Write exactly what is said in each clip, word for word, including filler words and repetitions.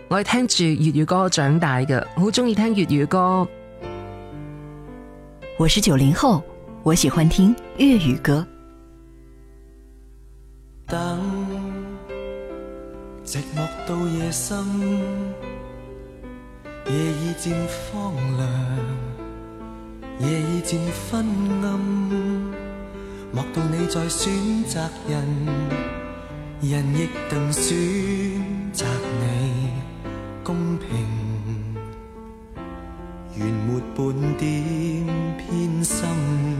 我係聽住粵語歌長大嘅，好中意聽粵語歌。 我是九零後，我喜歡聽粵語歌。 等寂寞到夜深，夜已漸荒涼，夜已漸昏暗，莫道你在選擇人，人亦能選擇你公平，原沒半點偏心，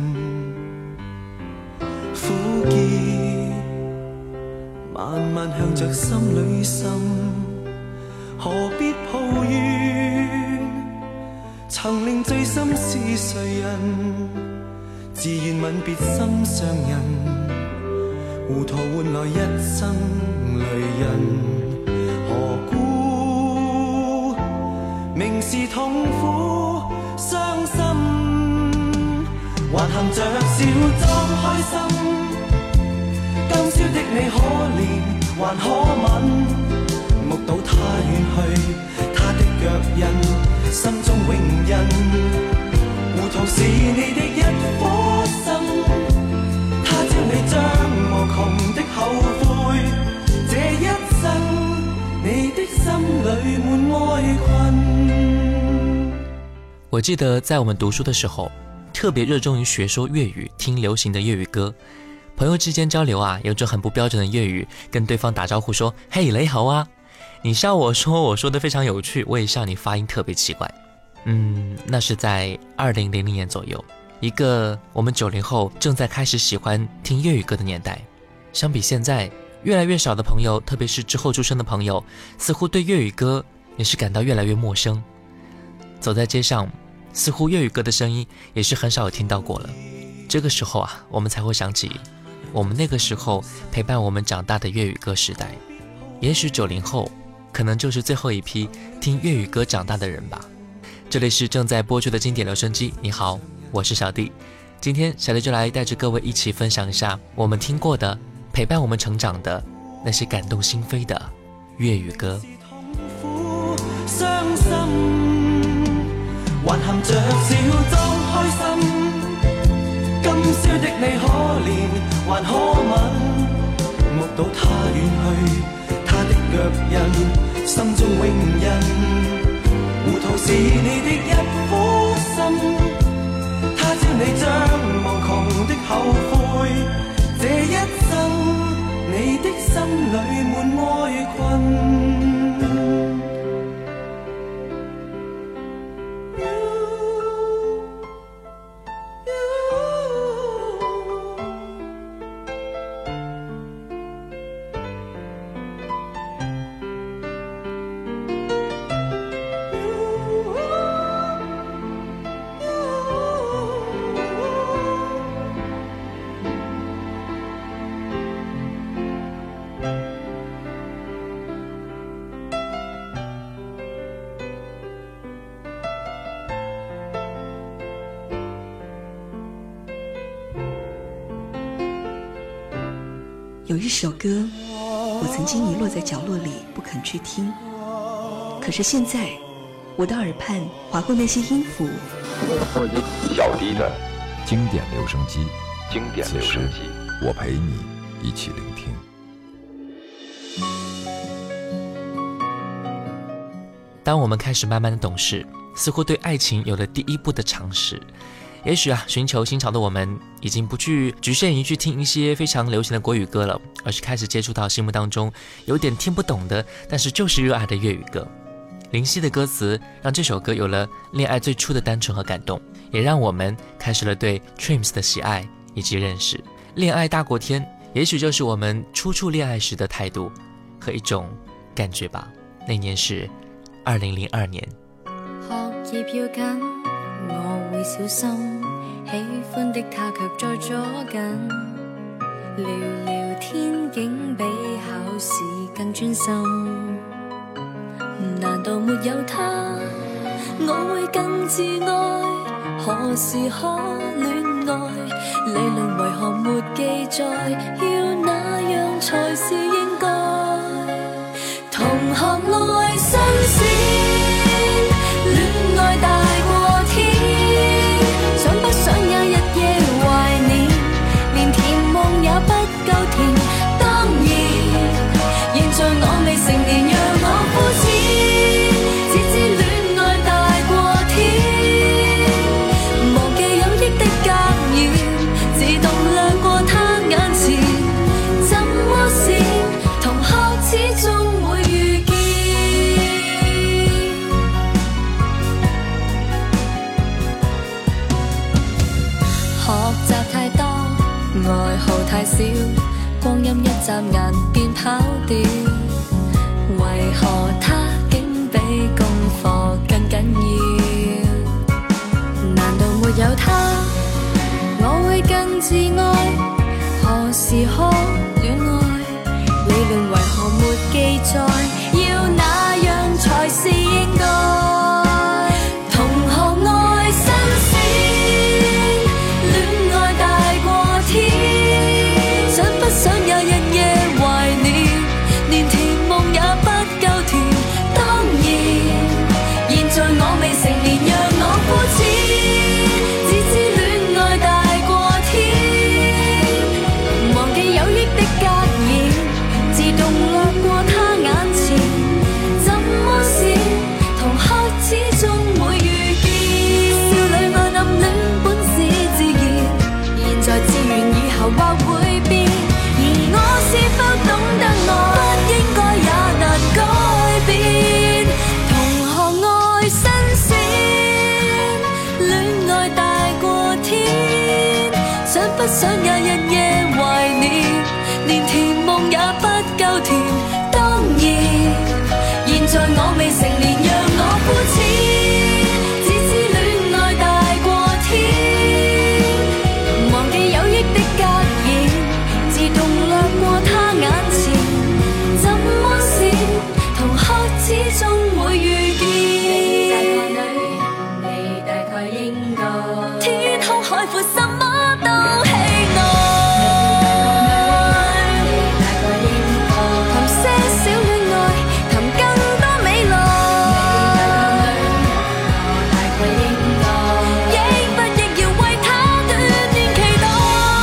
苦澀慢慢向着心裏滲，何必抱怨？曾令醉心是誰人？自願吻別心上人，糊塗換來一生淚印。何故明是痛苦傷心，還含着笑裝開心？今宵的你可憐還可吻，目睹他遠去，他的腳印心中永印。糊塗是你的一顆心，他朝你將無窮的後悔，這一生你的心裡滿哀困。 我記得在我們讀書的時候，特別熱衷於學說粵語，聽流行的粵語歌。朋友之間交流啊，有着很不標準的粵語，跟對方打招呼說嘿你好啊，你笑我說我說的非常有趣，我也笑你發音特別奇怪。嗯，那是在二零零零年左右，一個我們九零後正在開始喜歡聽粵語歌的年代。相比現在，越來越少的朋友，特別是之後出生的朋友，似乎對粵語歌也是感到越來越陌生。走在街上，似乎粵語歌的聲音也是很少有聽到過了。這個時候啊，我們才會想起我們那個時候陪伴我們長大的粵語歌時代。也許九零後可能就是最後一批聽粵語歌長大的人吧。這裡是正在播出的經典留聲機，你好，我是小弟。今天小弟就來帶着各位一起分享一下我們聽過的陪伴我們成長的那些感動心扉的粵語歌。 傷心還含着笑裝開心，今宵的你可憐還可吻，目睹他遠去，他的腳印心中永印。糊塗是你的一顆心，他朝你將無窮的後悔，這一生你的心裡滿哀困。 有一首歌，我曾經遺落在角落裡不肯去聽，可是現在我的耳畔劃過那些音符。 小弟的經典留聲機， 經典留聲機， 我陪你一起聆聽。 當我們開始慢慢的懂事，似乎對愛情有了第一步的嘗試。也許啊，尋求新潮的我們已經不去局限於去聽一些非常流行的國語歌了，而是開始接觸到心目當中有點聽不懂的，但是就是熱愛的粵語歌。林夕的歌詞讓這首歌有了戀愛最初的單純和感動，也讓我們開始了對 Twins 的喜愛以及認識。戀愛大過天，也許就是我們初初戀愛時的態度和一種感覺吧。那年是二零零二年。 學業要緊，我會小心，喜歡的他卻在左近，聊聊天竟比考試更專心。難道沒有他，我會更自愛？何時可戀愛？理論為何沒記載？要那樣才是應該？同學內心光陰一眨眼便跑掉，為何他竟比功課更緊要？難道沒有他，我會更自愛？何時可戀愛？理論為何沒記載？要那樣才是應該？同學愛新鮮，戀愛大過天，想不想有日夜懷念，連甜夢也不夠甜。當然，現在我未成年，讓我膚淺，只知戀愛大過天，忘記有益的格言，自動掠過他眼前。怎麼是同學始終會遇見？少女愛暗戀本是自然，現在自願以後或會變。而我是否懂得愛，不應該也難改變。同學愛新鮮，戀愛大過天，想不想也日夜懷念，連甜夢也不夠甜。當然，現在我未成年，讓我膚淺，只知戀愛大過天，忘記有益的格言，自動掠過他眼前。怎麼是同學始終會遇見？你大概應該，天空海闊什麼都喜愛。你大概應該，談些小戀愛，談更多未來。我大概應該，應不應要為他鍛鍊期待？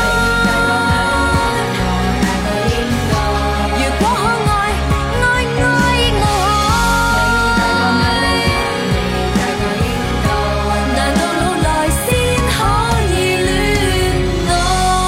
我大概應該，如果可愛，愛愛我。你大概應該，難道老來先可以戀愛？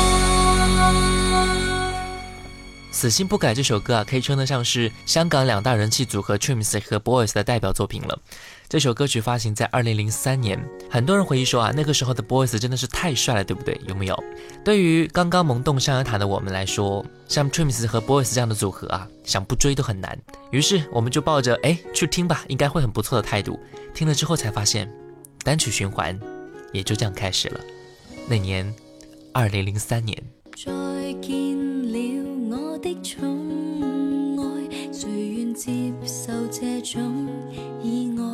死心不改这首歌啊，可以称得上是香港两大人气组合 Twins 和 Boys 的代表作品了。这首歌曲发行在二零零三年，很多人回忆说啊，那个时候的 Boys 真的是太帅了，对不对？有没有？对于刚刚萌动上乐坛的我们来说，像 Twins 和 Boys 这样的组合啊，想不追都很难。于是我们就抱着哎去听吧，应该会很不错的态度，听了之后才发现，单曲循环也就这样开始了。那年，二零零三年。 再見了我的寵愛，誰願接受這種意外？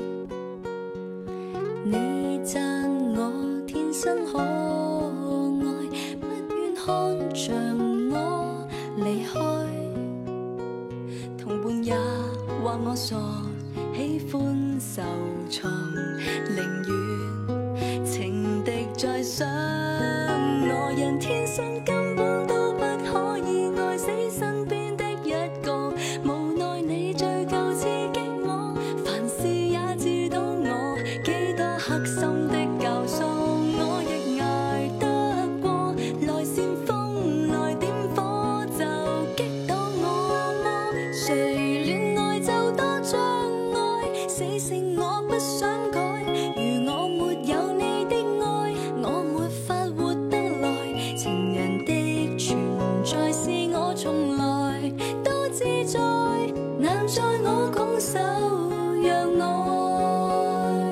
你讚我天生可愛，不願看着我離開。同伴也話我傻，喜歡受創，寧願情敵在想。我人天生根本都不可以愛死身邊的一個，無奈你最夠刺激我，凡事也知道我幾多黑心的教唆，我亦捱得過。來煽風來點火就擊倒我麼？誰戀愛就多障礙，死性我不想改。如我沒有你的愛，我沒法活得來。情人的存在是我從來都自在，難在我拱手讓愛。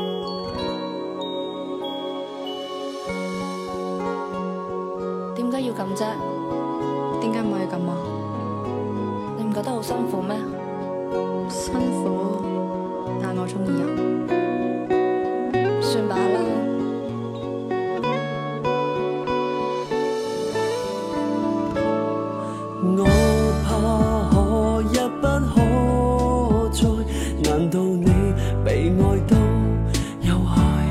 點解要咁啫？點解唔可以咁啊？你唔覺得好辛苦咩？辛苦，但我中意啊。算吧啦。 我怕可一不可再，難道你被愛都有害？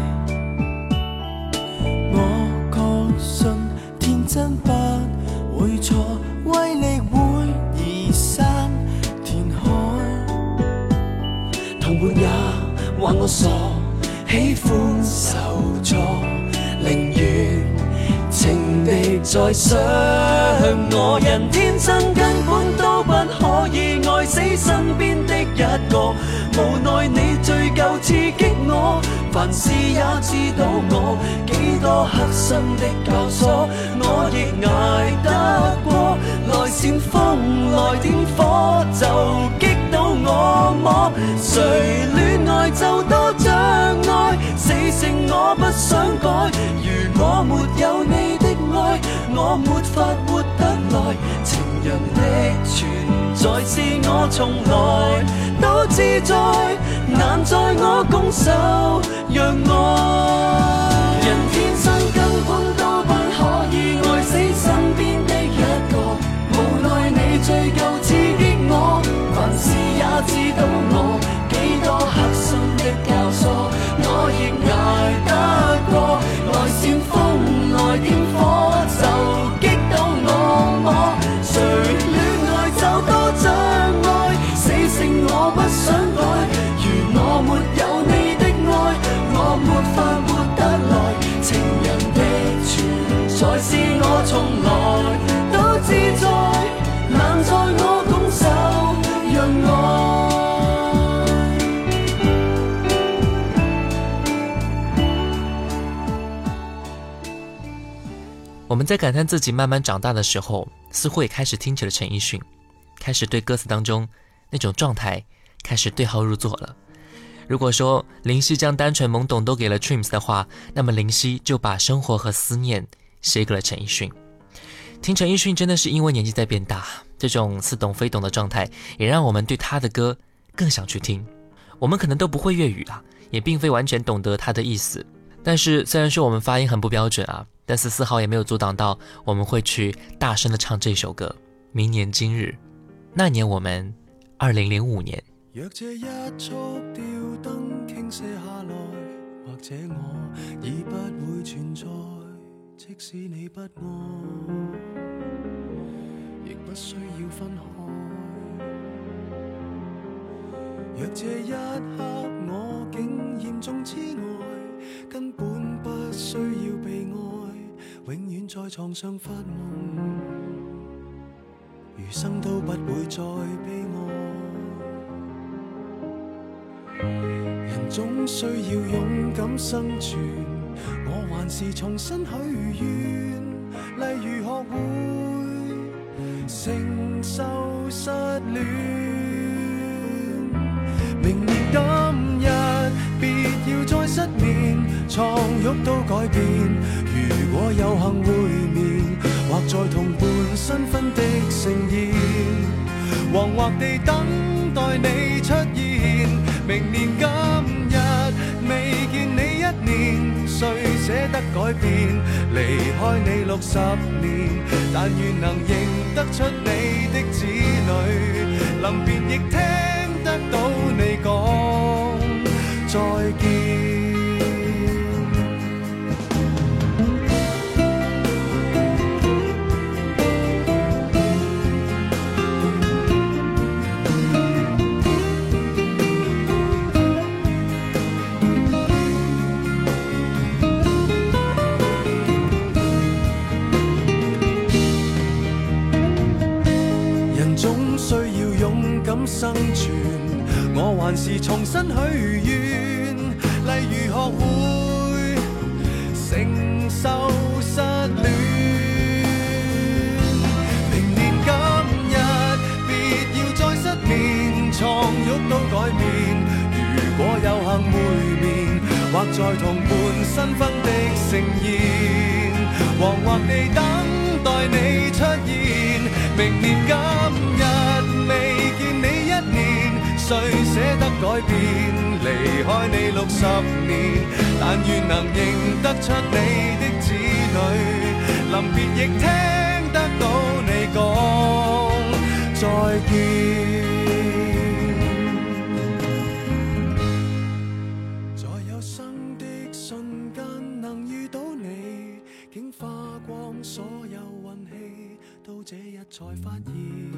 我確信天真不會錯，威力會移山填海。同伴也話我傻，喜歡受挫，寧願情敵在想。我人天生根本都不可以愛死身邊的一個，無奈你最夠刺激我，凡事也知道我幾多黑心的教唆，我亦捱得過。 扇風來點火，就擊到我麼？誰戀愛就多障礙，死性我不想改。如果沒有你的愛，我沒法活得來。情人的存在是我從來都自在，難在我拱手讓愛。人天生根本都不可以愛死身邊的一個，無奈你最舊刺激我，凡事也知道我幾多黑心的教唆，我亦捱得過。來扇風來點火，就擊到我麼？誰戀愛就多障礙，死性我不想改。如我沒有你的愛，我沒法活得來。情人的存在是我從來都自在，難在我拱手讓愛。 我们在感叹自己慢慢长大的时候，似乎也开始听起了陈奕迅，开始对歌词当中那种状态开始对号入座了。如果说林夕将单纯懵懂都给了 Trims 的话，那么林夕就把生活和思念写给了陈奕迅。听陈奕迅真的是因为年纪在变大，这种似懂非懂的状态也让我们对他的歌更想去听。我们可能都不会粤语啊，也并非完全懂得他的意思，但是虽然说我们发音很不标准啊，但是丝毫也没有阻挡到我们会去大声的唱这首歌。明年今日，那年我们二零零五年。 若這一束吊燈傾瀉下來，或者我已不會存在，即使你不愛，亦不需要分開。若這一刻我竟嚴重痴呆，根本不需要被愛，永遠在床上發夢，餘生都不會再悲哀。人總需要勇敢生存，我還是重新許願，例如學會承受失戀。明年今日別要再失眠，床褥都改變。如果有幸會面，或在同伴新婚的盛宴，惶惑地等待你出現。明年今日未見你一年，誰捨得改變？離開你六十年，但願能認得出你的子女，臨別亦聽得到你講再見。生存，我還是重新許願，例如學會承受失戀。明年今日別要再失眠，床褥都改變。如果有幸會面，或在同伴新婚的盛宴，惶惑地等待你出現。明年今日未見你一年，誰捨得改變？離開你六十年，但願能認得出你的子女，臨別亦聽得到你講再見。在有生的瞬間能遇到你，竟花光所有運氣，到這日才發現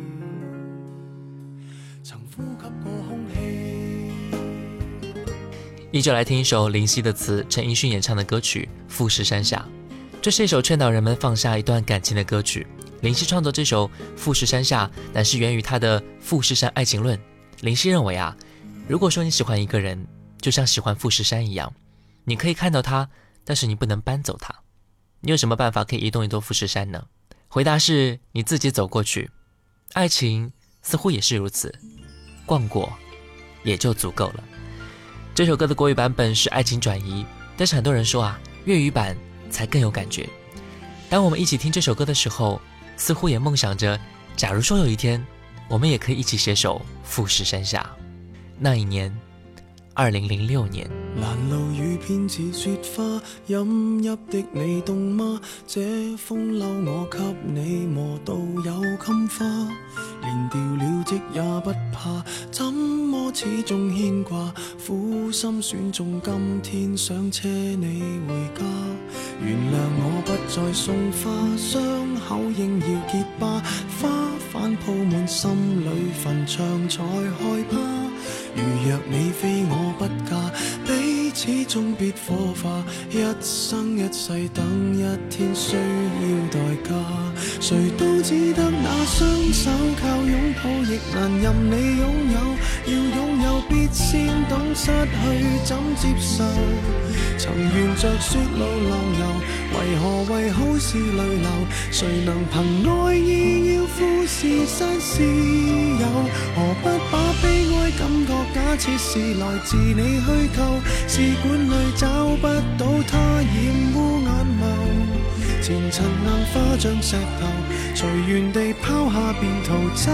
曾呼吸過空氣。 依舊來聽一首林夕的詞，陳奕迅演唱的歌曲《富士山下》。這是一首勸導人們放下一段感情的歌曲。林夕創作這首《富士山下》乃是源於他的富士山愛情論。林夕認為啊，如果說你喜歡一個人，就像喜歡富士山一樣，你可以看到它，但是你不能搬走它。你有什麼辦法可以移動一座富士山呢？回答是你自己走過去， 爱情似乎也是如此，逛过也就足够了。这首歌的国语版本是爱情转移，但是很多人说啊，粤语版才更有感觉。当我们一起听这首歌的时候，似乎也梦想着，假如说有一天我们也可以一起携手富士山下。那一年二零零六年， 拦路雨偏似雪花，饮泣的你凍嗎？這風褸我給你磨到有襟花，連掉了職也不怕，怎麼始終牽掛？苦心選中今天想車你回家，原諒我不再送花，傷口應要結疤，花瓣鋪滿心裏墳場才害怕。如若你非我不嫁，彼此終必火化，一生一世等一天需要代價。誰都只得那雙手，靠擁抱亦難任你擁有，要擁有必先懂失去怎接受。曾沿着雪路浪遊，為何為好事淚流？誰能憑愛意要富士山私有？何不把悲哀感覺假設是來自你虛構？試管裏找不到它，染污眼眸。前塵硬化像石頭，隨緣地拋下便逃走。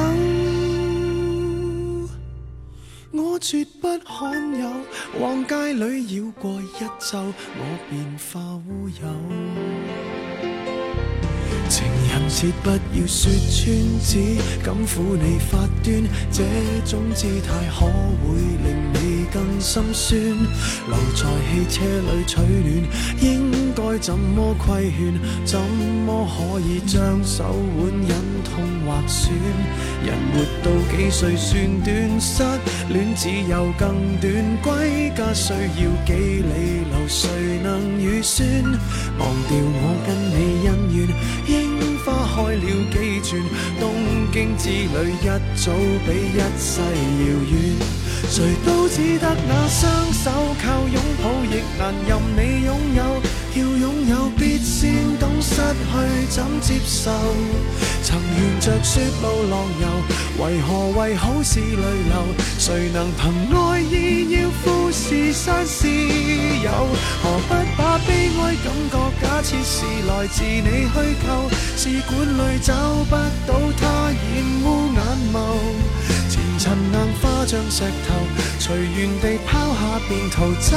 我絕不罕有，往街裏繞過一晝，我便化烏有。情人節不要說穿，只敢撫你發端，這種姿態可會令你更心酸。留在汽車裏取暖，應該怎麼規勸？怎麼可以將手腕忍痛劃損？人活到幾歲算短？失戀只有更短，歸家需要幾里路，誰能預算？忘掉我跟你恩怨，櫻花開了幾轉，東京之旅一早比一世遙遠。誰都只得那雙手，靠擁抱亦難任你擁有，要擁有必先懂失去怎接受。曾沿着雪路浪遊，為何為好事淚流？誰能憑愛意要富士山私有？何不把悲哀感覺假設是來自你虛構？試管裏找不到它，染污眼眸。前塵硬化像石頭，隨緣地拋下便逃走。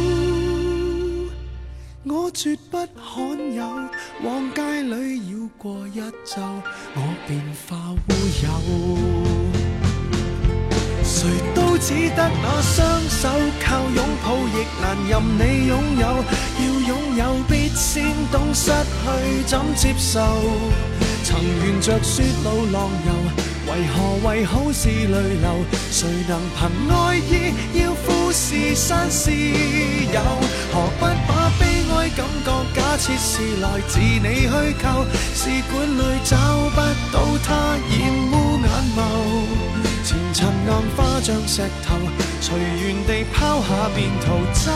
我絕不罕有，往街裏繞過一晝，我便化烏有。誰都只得那雙手，靠擁抱亦難任你擁有，要擁有必先懂失去怎接受。曾沿着雪路浪遊，為何為好事淚流？誰能憑愛意要富士山私有？何不把悲哀感覺假設是來自你虛構？試管裏找不到它，染污眼眸。前塵硬化像石頭，隨緣地拋下便逃走。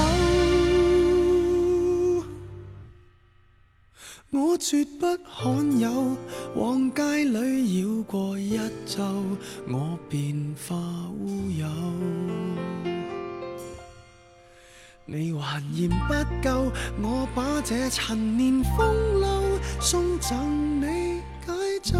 我絕不罕有，往街裏繞過一晝，我便化烏有。你還嫌不夠，我把這陳年風流送贈你解咒。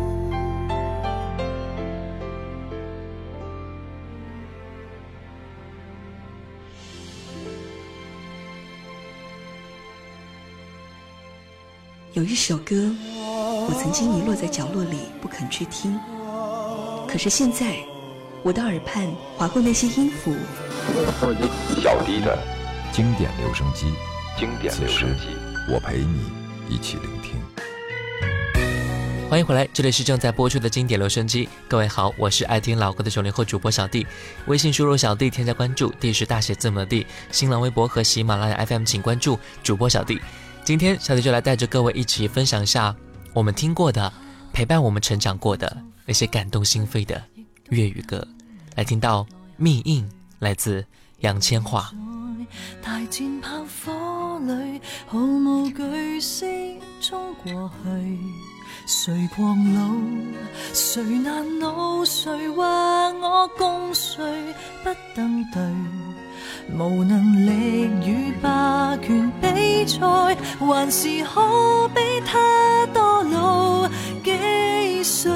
有一首歌，我曾经遗落在角落里不肯去听，可是现在，我的耳畔划过那些音符。 小弟的经典留声机， 经典留声机， 我陪你一起聆听。 欢迎回来，这里是正在播出的经典留声机。各位好，我是爱听老歌的九零后主播小弟。微信输入小弟添加关注，D是大写字母的 D。新浪微博和喜马拉雅 F M 请关注主播小弟。今天小弟就来带着各位一起分享一下我们听过的、陪伴我们成长过的那些感动心扉的粤語歌。來聽到密印，來自楊千嬅。 大戰炮火裏毫無懼色衝過去，誰狂怒誰難惱，誰話我共誰不登對，無能力與霸權比賽，還是可比他多老幾歲。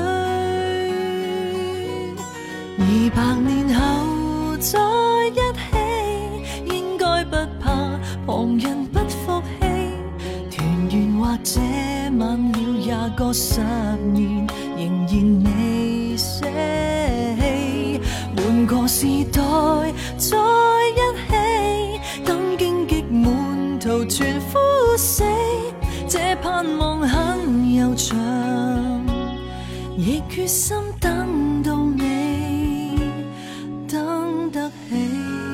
二百年後再一起，應該不怕旁人不服氣，團圓或者晚了廿個十年，仍然未捨棄。換個時代再一起，等荊棘滿途全枯死，這盼望很悠長，亦決心等到你等得起。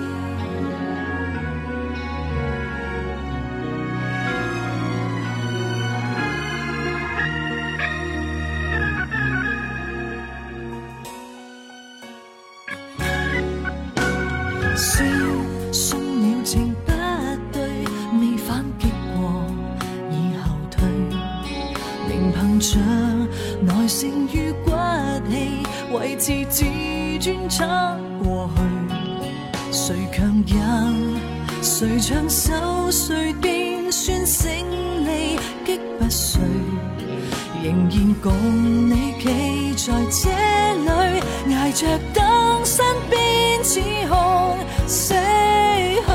笑送了情不對，未反擊過已後退，明憑着耐性與骨氣，維持自尊撐過去。誰強人誰長手，誰便算勝利，擊不碎，仍然共你企在這裏，捱着等身邊指控死去。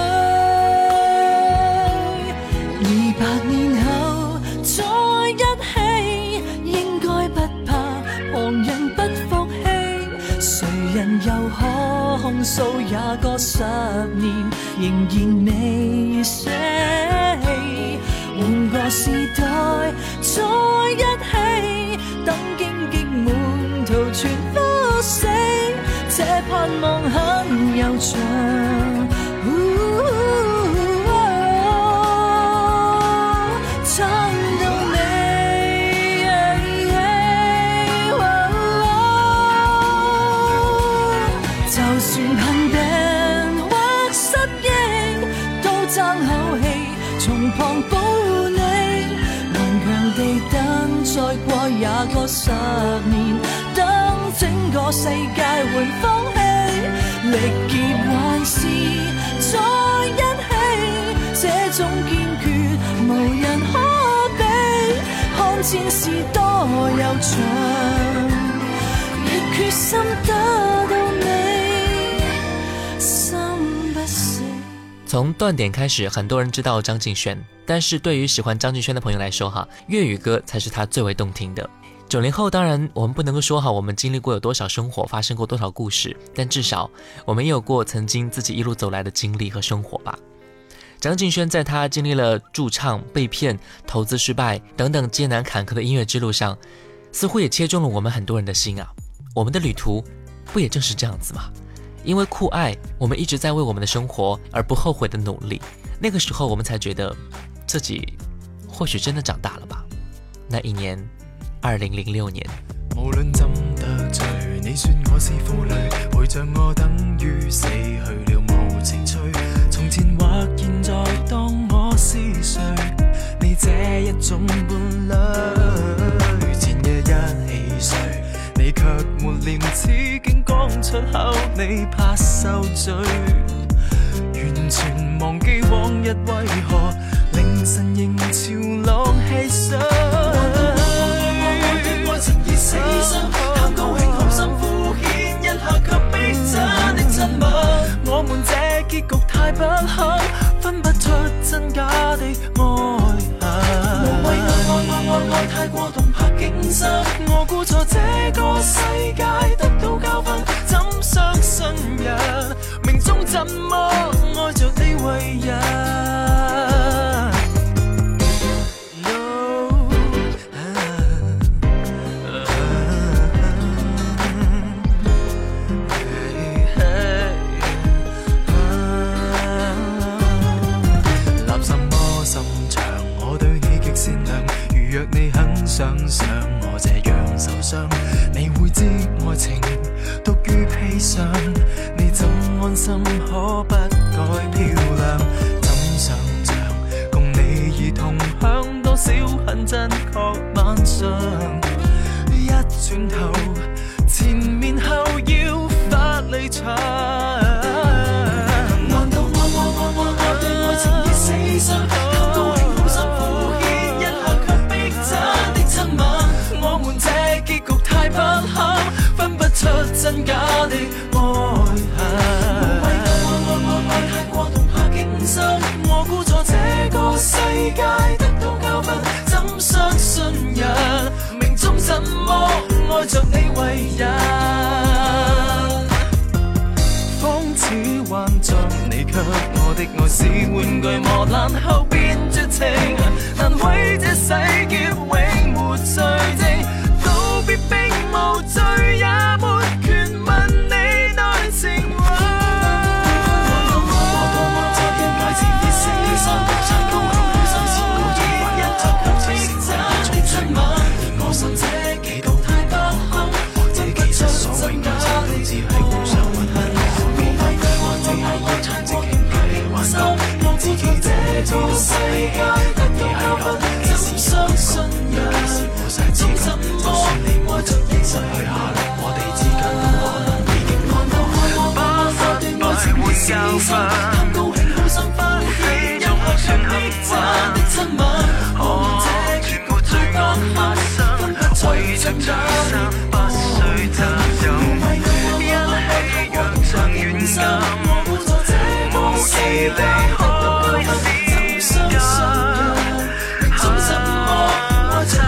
二百年後再一起，應該不怕旁人不服氣，誰人又可控訴廿個十年，仍然未捨棄。換個時代再一起，等荊棘滿途全枯死，這盼望很悠長。撐到你，就算貧病或失憶，都爭口氣從旁保護你，頑強地等再過廿個十年，等整個世界會放棄，力竭還是再一起，這種堅決無人可比，看前事多悠長，亦決心得到你心不死。 从断点开始，很多人知道张敬轩，但是对于喜欢张敬轩的朋友来说哈，粤语歌才是他最为动听的。九零后，当然我们不能够说哈，我们经历过有多少生活，发生过多少故事，但至少我们也有过曾经自己一路走来的经历和生活吧。张敬轩在他经历了驻唱、被骗、投资失败等等艰难坎坷的音乐之路上，似乎也切中了我们很多人的心啊。我们的旅途不也正是这样子吗？因为酷爱，我们一直在为我们的生活而不后悔的努力，那个时候我们才觉得自己或许真的长大了吧。那一年二零零六年， 無論怎得罪，你說我是負累，陪着我等於死去了無情趣。從前或現在當我是誰，你這一種伴侶，前夜一起睡，你卻沒念此景講出口，你怕受罪，完全忘記往日為何凌晨仍潮浪戲水。死心談高興含心敷衍一下卻逼真的親密，我們這結局太不堪，分不出真假的愛恨，無謂愛愛愛愛愛太過動魄驚心，我估錯這個世界得到教訓，怎相信人命中怎麼愛着你為人。若你肯想想我這樣受傷，你會知愛情獨於砒霜，你怎安心可不改漂亮？怎想像共你已同享多少很真確晚上，一轉頭真假的愛恨。為愛愛愛愛太過動怕驚心，我估錯這個世界得到教訓，怎相信人？命中怎麼愛着你為人？仿似幻象，你卻我的愛是玩具磨爛後變絕情，難毀這世劫永沒罪證，道別並無罪，也沒權問你內情話。我多麼這點解似熱死散步山高口，世事我最快一集向這是這種追問，連我信這幾道太不堪，或者其實所謂愛情只係互相運恨。我知道這個世界得到教訓，怎相信人？怎怎麼愛着你失去下落，我哋之間都可能已經看透。把法對愛情的事實，貪高興好心歡喜，一刻上的真的親吻，可能這結局太不堪，分不出真假的不需擔憂，一起讓像遠近。無意離開怎相信人？怎怎麼愛着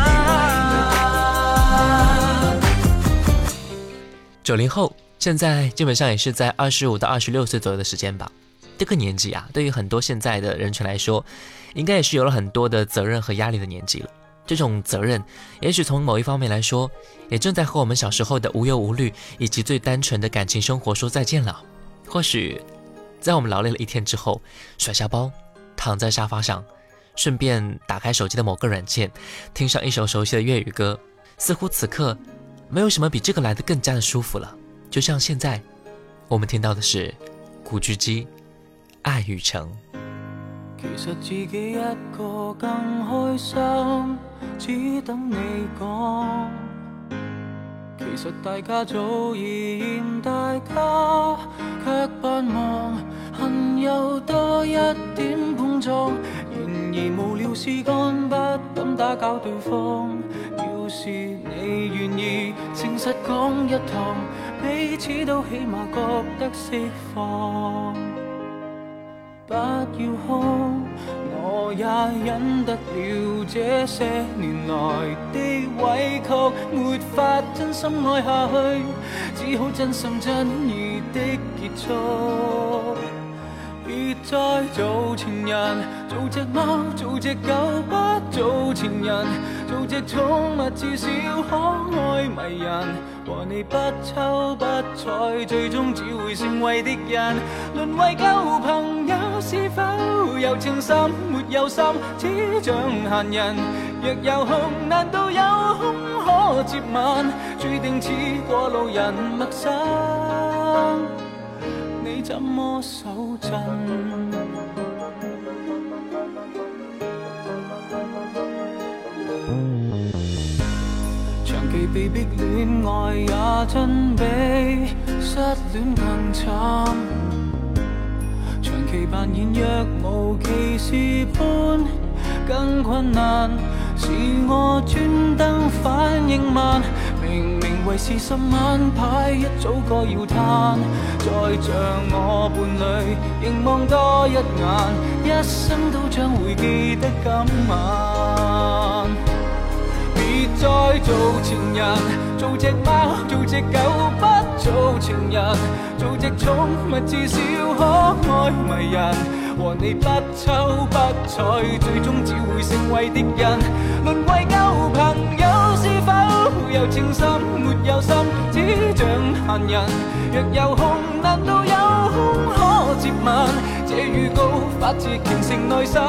你為人？ 九零後現在基本上也是在二十五到二十六歲左右的時間吧。這個年紀啊，對於很多現在的人群來說，應該也是有了很多的責任和壓力的年紀了。這種責任，也許從某一方面來說，也正在和我們小時候的無憂無慮以及最單純的感情生活說再見了。或許在我們勞累了一天之後，甩下包，躺在沙發上，順便打開手機的某個軟件，聽上一首熟悉的粵語歌，似乎此刻沒有什麼比這個來得更加的舒服了。就像現在我們聽到的是古巨基《愛與誠》。 其實自己一個更開心，只等你講。其實大家早已嫌大家，卻盼望恨有多一點碰撞。然而無聊事幹不敢打攪對方。要是你願意誠實講一趟，彼此都起碼覺得釋放。不要哭，我也忍得了這些年來的委屈，沒法真心愛下去，只好真心真意的結束。別再做情人，做隻貓，做隻狗，不做情人，做隻寵物至少可愛迷人。和你不瞅不睬，最終只會成為敵人。淪為舊朋友，是否有情深沒有心，只像閒人。若有空，難道有空可接吻？注定似過路人陌生，你怎麼手震？長期被逼戀愛也真比失戀更慘，長期扮演若無其事般更困難，是我專登反應慢，明明為是十晚牌一早該要攤，再像我伴侶凝望多一眼，一生都將會記得今晚。別再做情人，做隻貓，做隻狗，不做情人，做隻寵物至少可愛迷人。和你不瞅不睬，最終只會成為敵人。淪為舊朋友，是否有情深沒有心，只像閒人。若有空，難道有空可接吻？這預告發自虔誠內心。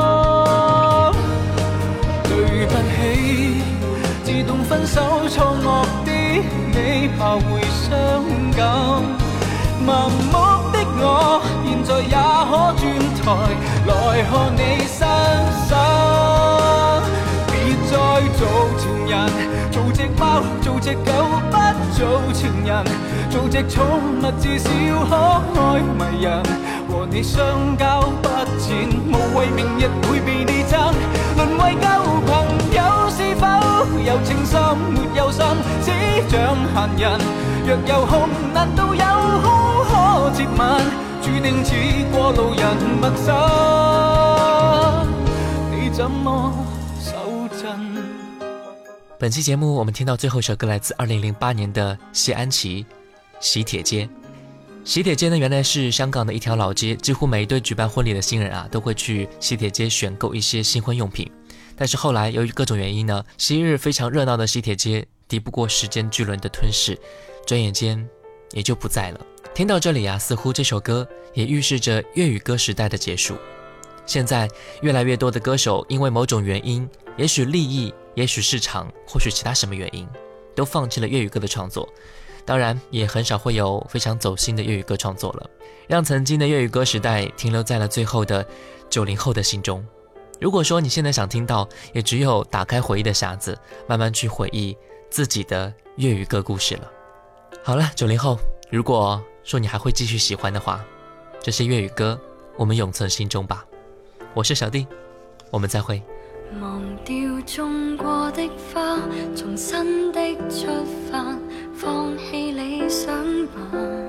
對不起，自動分手錯愕的你，怕會傷感。盲目的我，現在也可轉台來看你傷心。別再做情人，做隻貓，做隻狗，不做情人，做隻寵物至少可愛迷人。和你相交不淺，無謂明日會被你爭。淪為舊朋友，是否有情深沒有心，只像閒人。 若有空，難道有空可接吻？注定似過路人陌生，你怎麼手震？ 本期节目我们听到最后一首歌来自二零零八年的谢安琪《喜帖街》。喜帖街呢，原来是香港的一条老街，几乎每一对举办婚礼的新人啊，都会去喜帖街选购一些新婚用品。但是后来由于各种原因呢，昔日非常热闹的喜帖街敌不过时间巨轮的吞噬，转眼间也就不在了。听到这里啊，似乎这首歌也预示着粤语歌时代的结束。现在越来越多的歌手因为某种原因，也许利益，也许市场，或许其他什么原因，都放弃了粤语歌的创作。当然也很少会有非常走心的粤语歌创作了，让曾经的粤语歌时代停留在了最后的九零后的心中。如果说你现在想听到，也只有打开回忆的匣子，慢慢去回忆自己的粤语歌故事了。好了，九零后，如果说你还会继续喜欢的话，这些粤语歌我们永存心中吧。我是小弟，我们再会。 忘掉種過的花，重新的出發，放棄理想吧。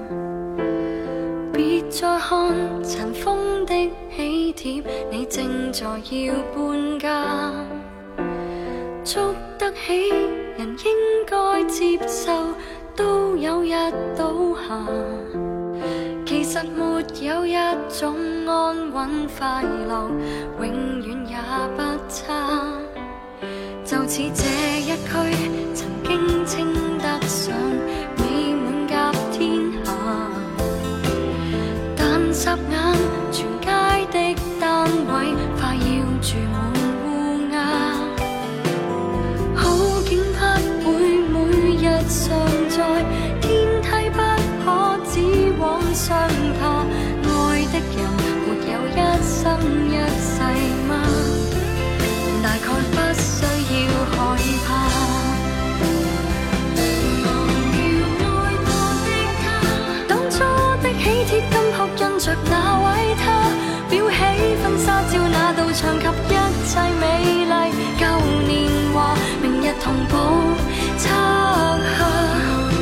別再看塵封的喜帖，你正在要搬家。捉得起人應該接受，都有日倒下。其實沒有一種安穩快樂，永遠也不差。就似這一區曾經稱得上美滿甲天下，但霎眼全街的單位快要住滿烏鴉。好景不會每日常在，天梯不可只往上爬，愛的人沒有一生一世嗎？大概不需要害怕。忘掉愛過的他，當初的喜帖金箔印着那位他，裱起婚紗照那道牆及一切美麗舊年華，明日同步拆下。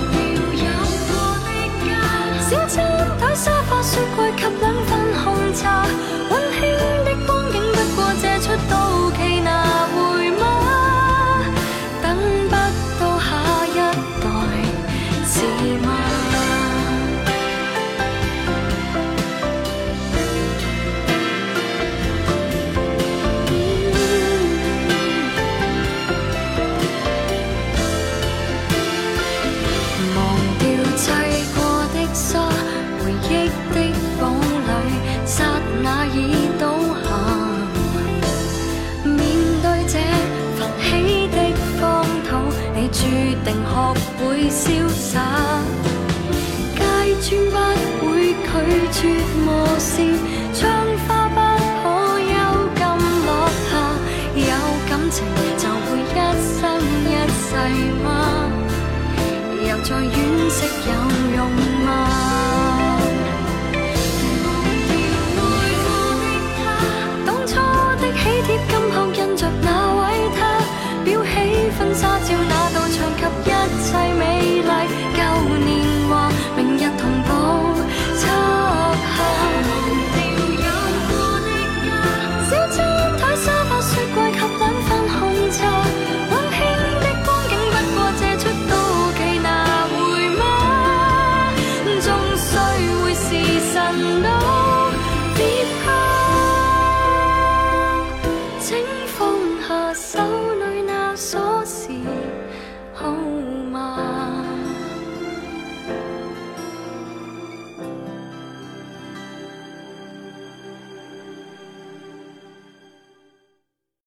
小餐台、沙發、雪櫃及兩份紅茶，溫馨的光景不過借出到期拿回嗎？等不到下一代是嗎？忘掉砌過的沙，回憶的堡壘，剎那已倒下。面對這浮起的荒土，你注定學會瀟灑。街磚不會拒絕磨蝕，窗花不可幽禁落下。有感情就會一生一世嗎？又再惋惜有用嗎？喜帖金箔印着那位他，裱起婚紗照那道牆及一切美麗舊年華，明日同步拆下。小餐台、沙發、雪櫃及兩份紅茶，溫馨的光景不過借出到期拿回嗎？終須會是神都別怕。請放下手裏那鎖匙。